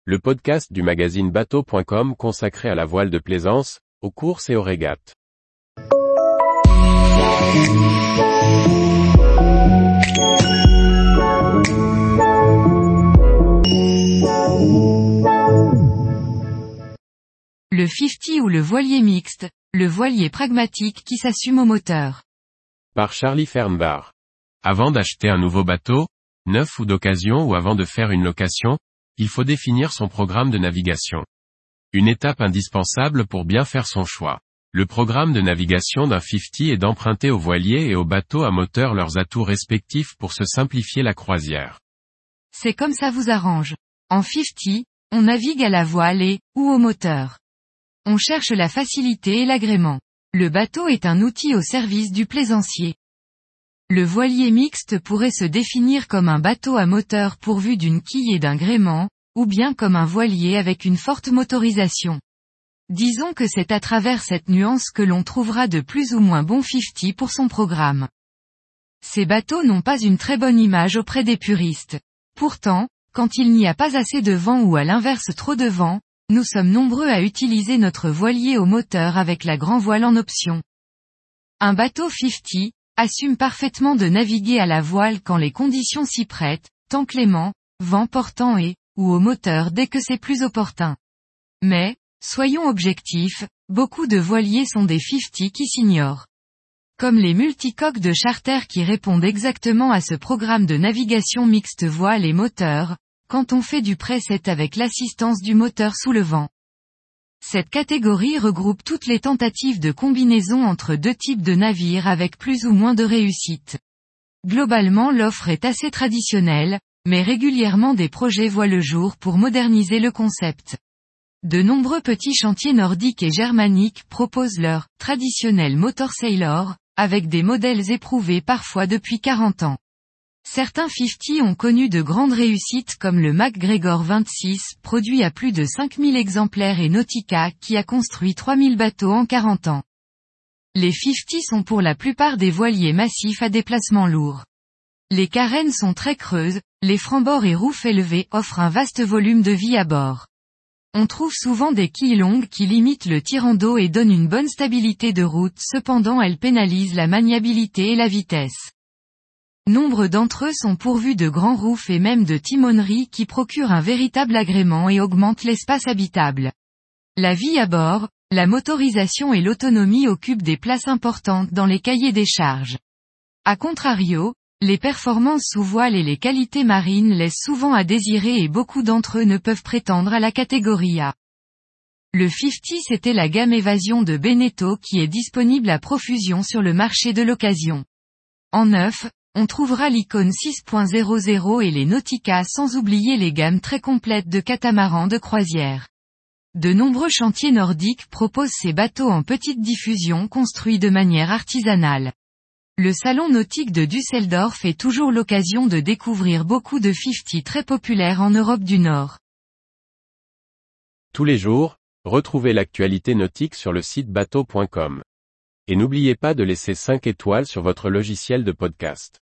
le podcast du magazine bateau.com consacré à la voile de plaisance, aux courses et aux régates. Le 50 ou le voilier mixte, le voilier pragmatique qui s'assume au moteur. Par Charlie Fernbach. Avant d'acheter un nouveau bateau, neuf ou d'occasion ou avant de faire une location, il faut définir son programme de navigation. Une étape indispensable pour bien faire son choix. Le programme de navigation d'un 50 est d'emprunter aux voiliers et aux bateaux à moteur leurs atouts respectifs pour se simplifier la croisière. C'est comme ça vous arrange. En 50, on navigue à la voile et, ou au moteur. On cherche la facilité et l'agrément. Le bateau est un outil au service du plaisancier. Le voilier mixte pourrait se définir comme un bateau à moteur pourvu d'une quille et d'un gréement, ou bien comme un voilier avec une forte motorisation. Disons que c'est à travers cette nuance que l'on trouvera de plus ou moins bons 50 pour son programme. Ces bateaux n'ont pas une très bonne image auprès des puristes. Pourtant, quand il n'y a pas assez de vent ou à l'inverse trop de vent, nous sommes nombreux à utiliser notre voilier au moteur avec la grand voile en option. Un bateau 50 assume parfaitement de naviguer à la voile quand les conditions s'y prêtent, temps clément, vent portant et, ou au moteur dès que c'est plus opportun. Mais, soyons objectifs, beaucoup de voiliers sont des 50 qui s'ignorent. Comme les multicoques de charter qui répondent exactement à ce programme de navigation mixte voile et moteur, quand on fait du preset avec l'assistance du moteur sous le vent. Cette catégorie regroupe toutes les tentatives de combinaison entre deux types de navires avec plus ou moins de réussite. Globalement l'offre est assez traditionnelle, mais régulièrement des projets voient le jour pour moderniser le concept. De nombreux petits chantiers nordiques et germaniques proposent leur traditionnel motor sailor, avec des modèles éprouvés parfois depuis 40 ans. Certains 50 ont connu de grandes réussites comme le MacGregor 26, produit à plus de 5000 exemplaires et Nautica qui a construit 3000 bateaux en 40 ans. Les 50 sont pour la plupart des voiliers massifs à déplacement lourd. Les carènes sont très creuses, les francs-bords et roufs élevés offrent un vaste volume de vie à bord. On trouve souvent des quilles longues qui limitent le tirant d'eau et donnent une bonne stabilité de route, cependant elles pénalisent la maniabilité et la vitesse. Nombre d'entre eux sont pourvus de grands roufs et même de timoneries qui procurent un véritable agrément et augmentent l'espace habitable. La vie à bord, la motorisation et l'autonomie occupent des places importantes dans les cahiers des charges. A contrario, les performances sous voile et les qualités marines laissent souvent à désirer et beaucoup d'entre eux ne peuvent prétendre à la catégorie A. Le 50 c'était la gamme Évasion de Beneteau qui est disponible à profusion sur le marché de l'occasion. En neuf, on trouvera l'Icon 6.00 et les Nautica sans oublier les gammes très complètes de catamarans de croisière. De nombreux chantiers nordiques proposent ces bateaux en petite diffusion construits de manière artisanale. Le salon nautique de Düsseldorf est toujours l'occasion de découvrir beaucoup de 50 très populaires en Europe du Nord. Tous les jours, retrouvez l'actualité nautique sur le site bateau.com. Et n'oubliez pas de laisser 5 étoiles sur votre logiciel de podcast.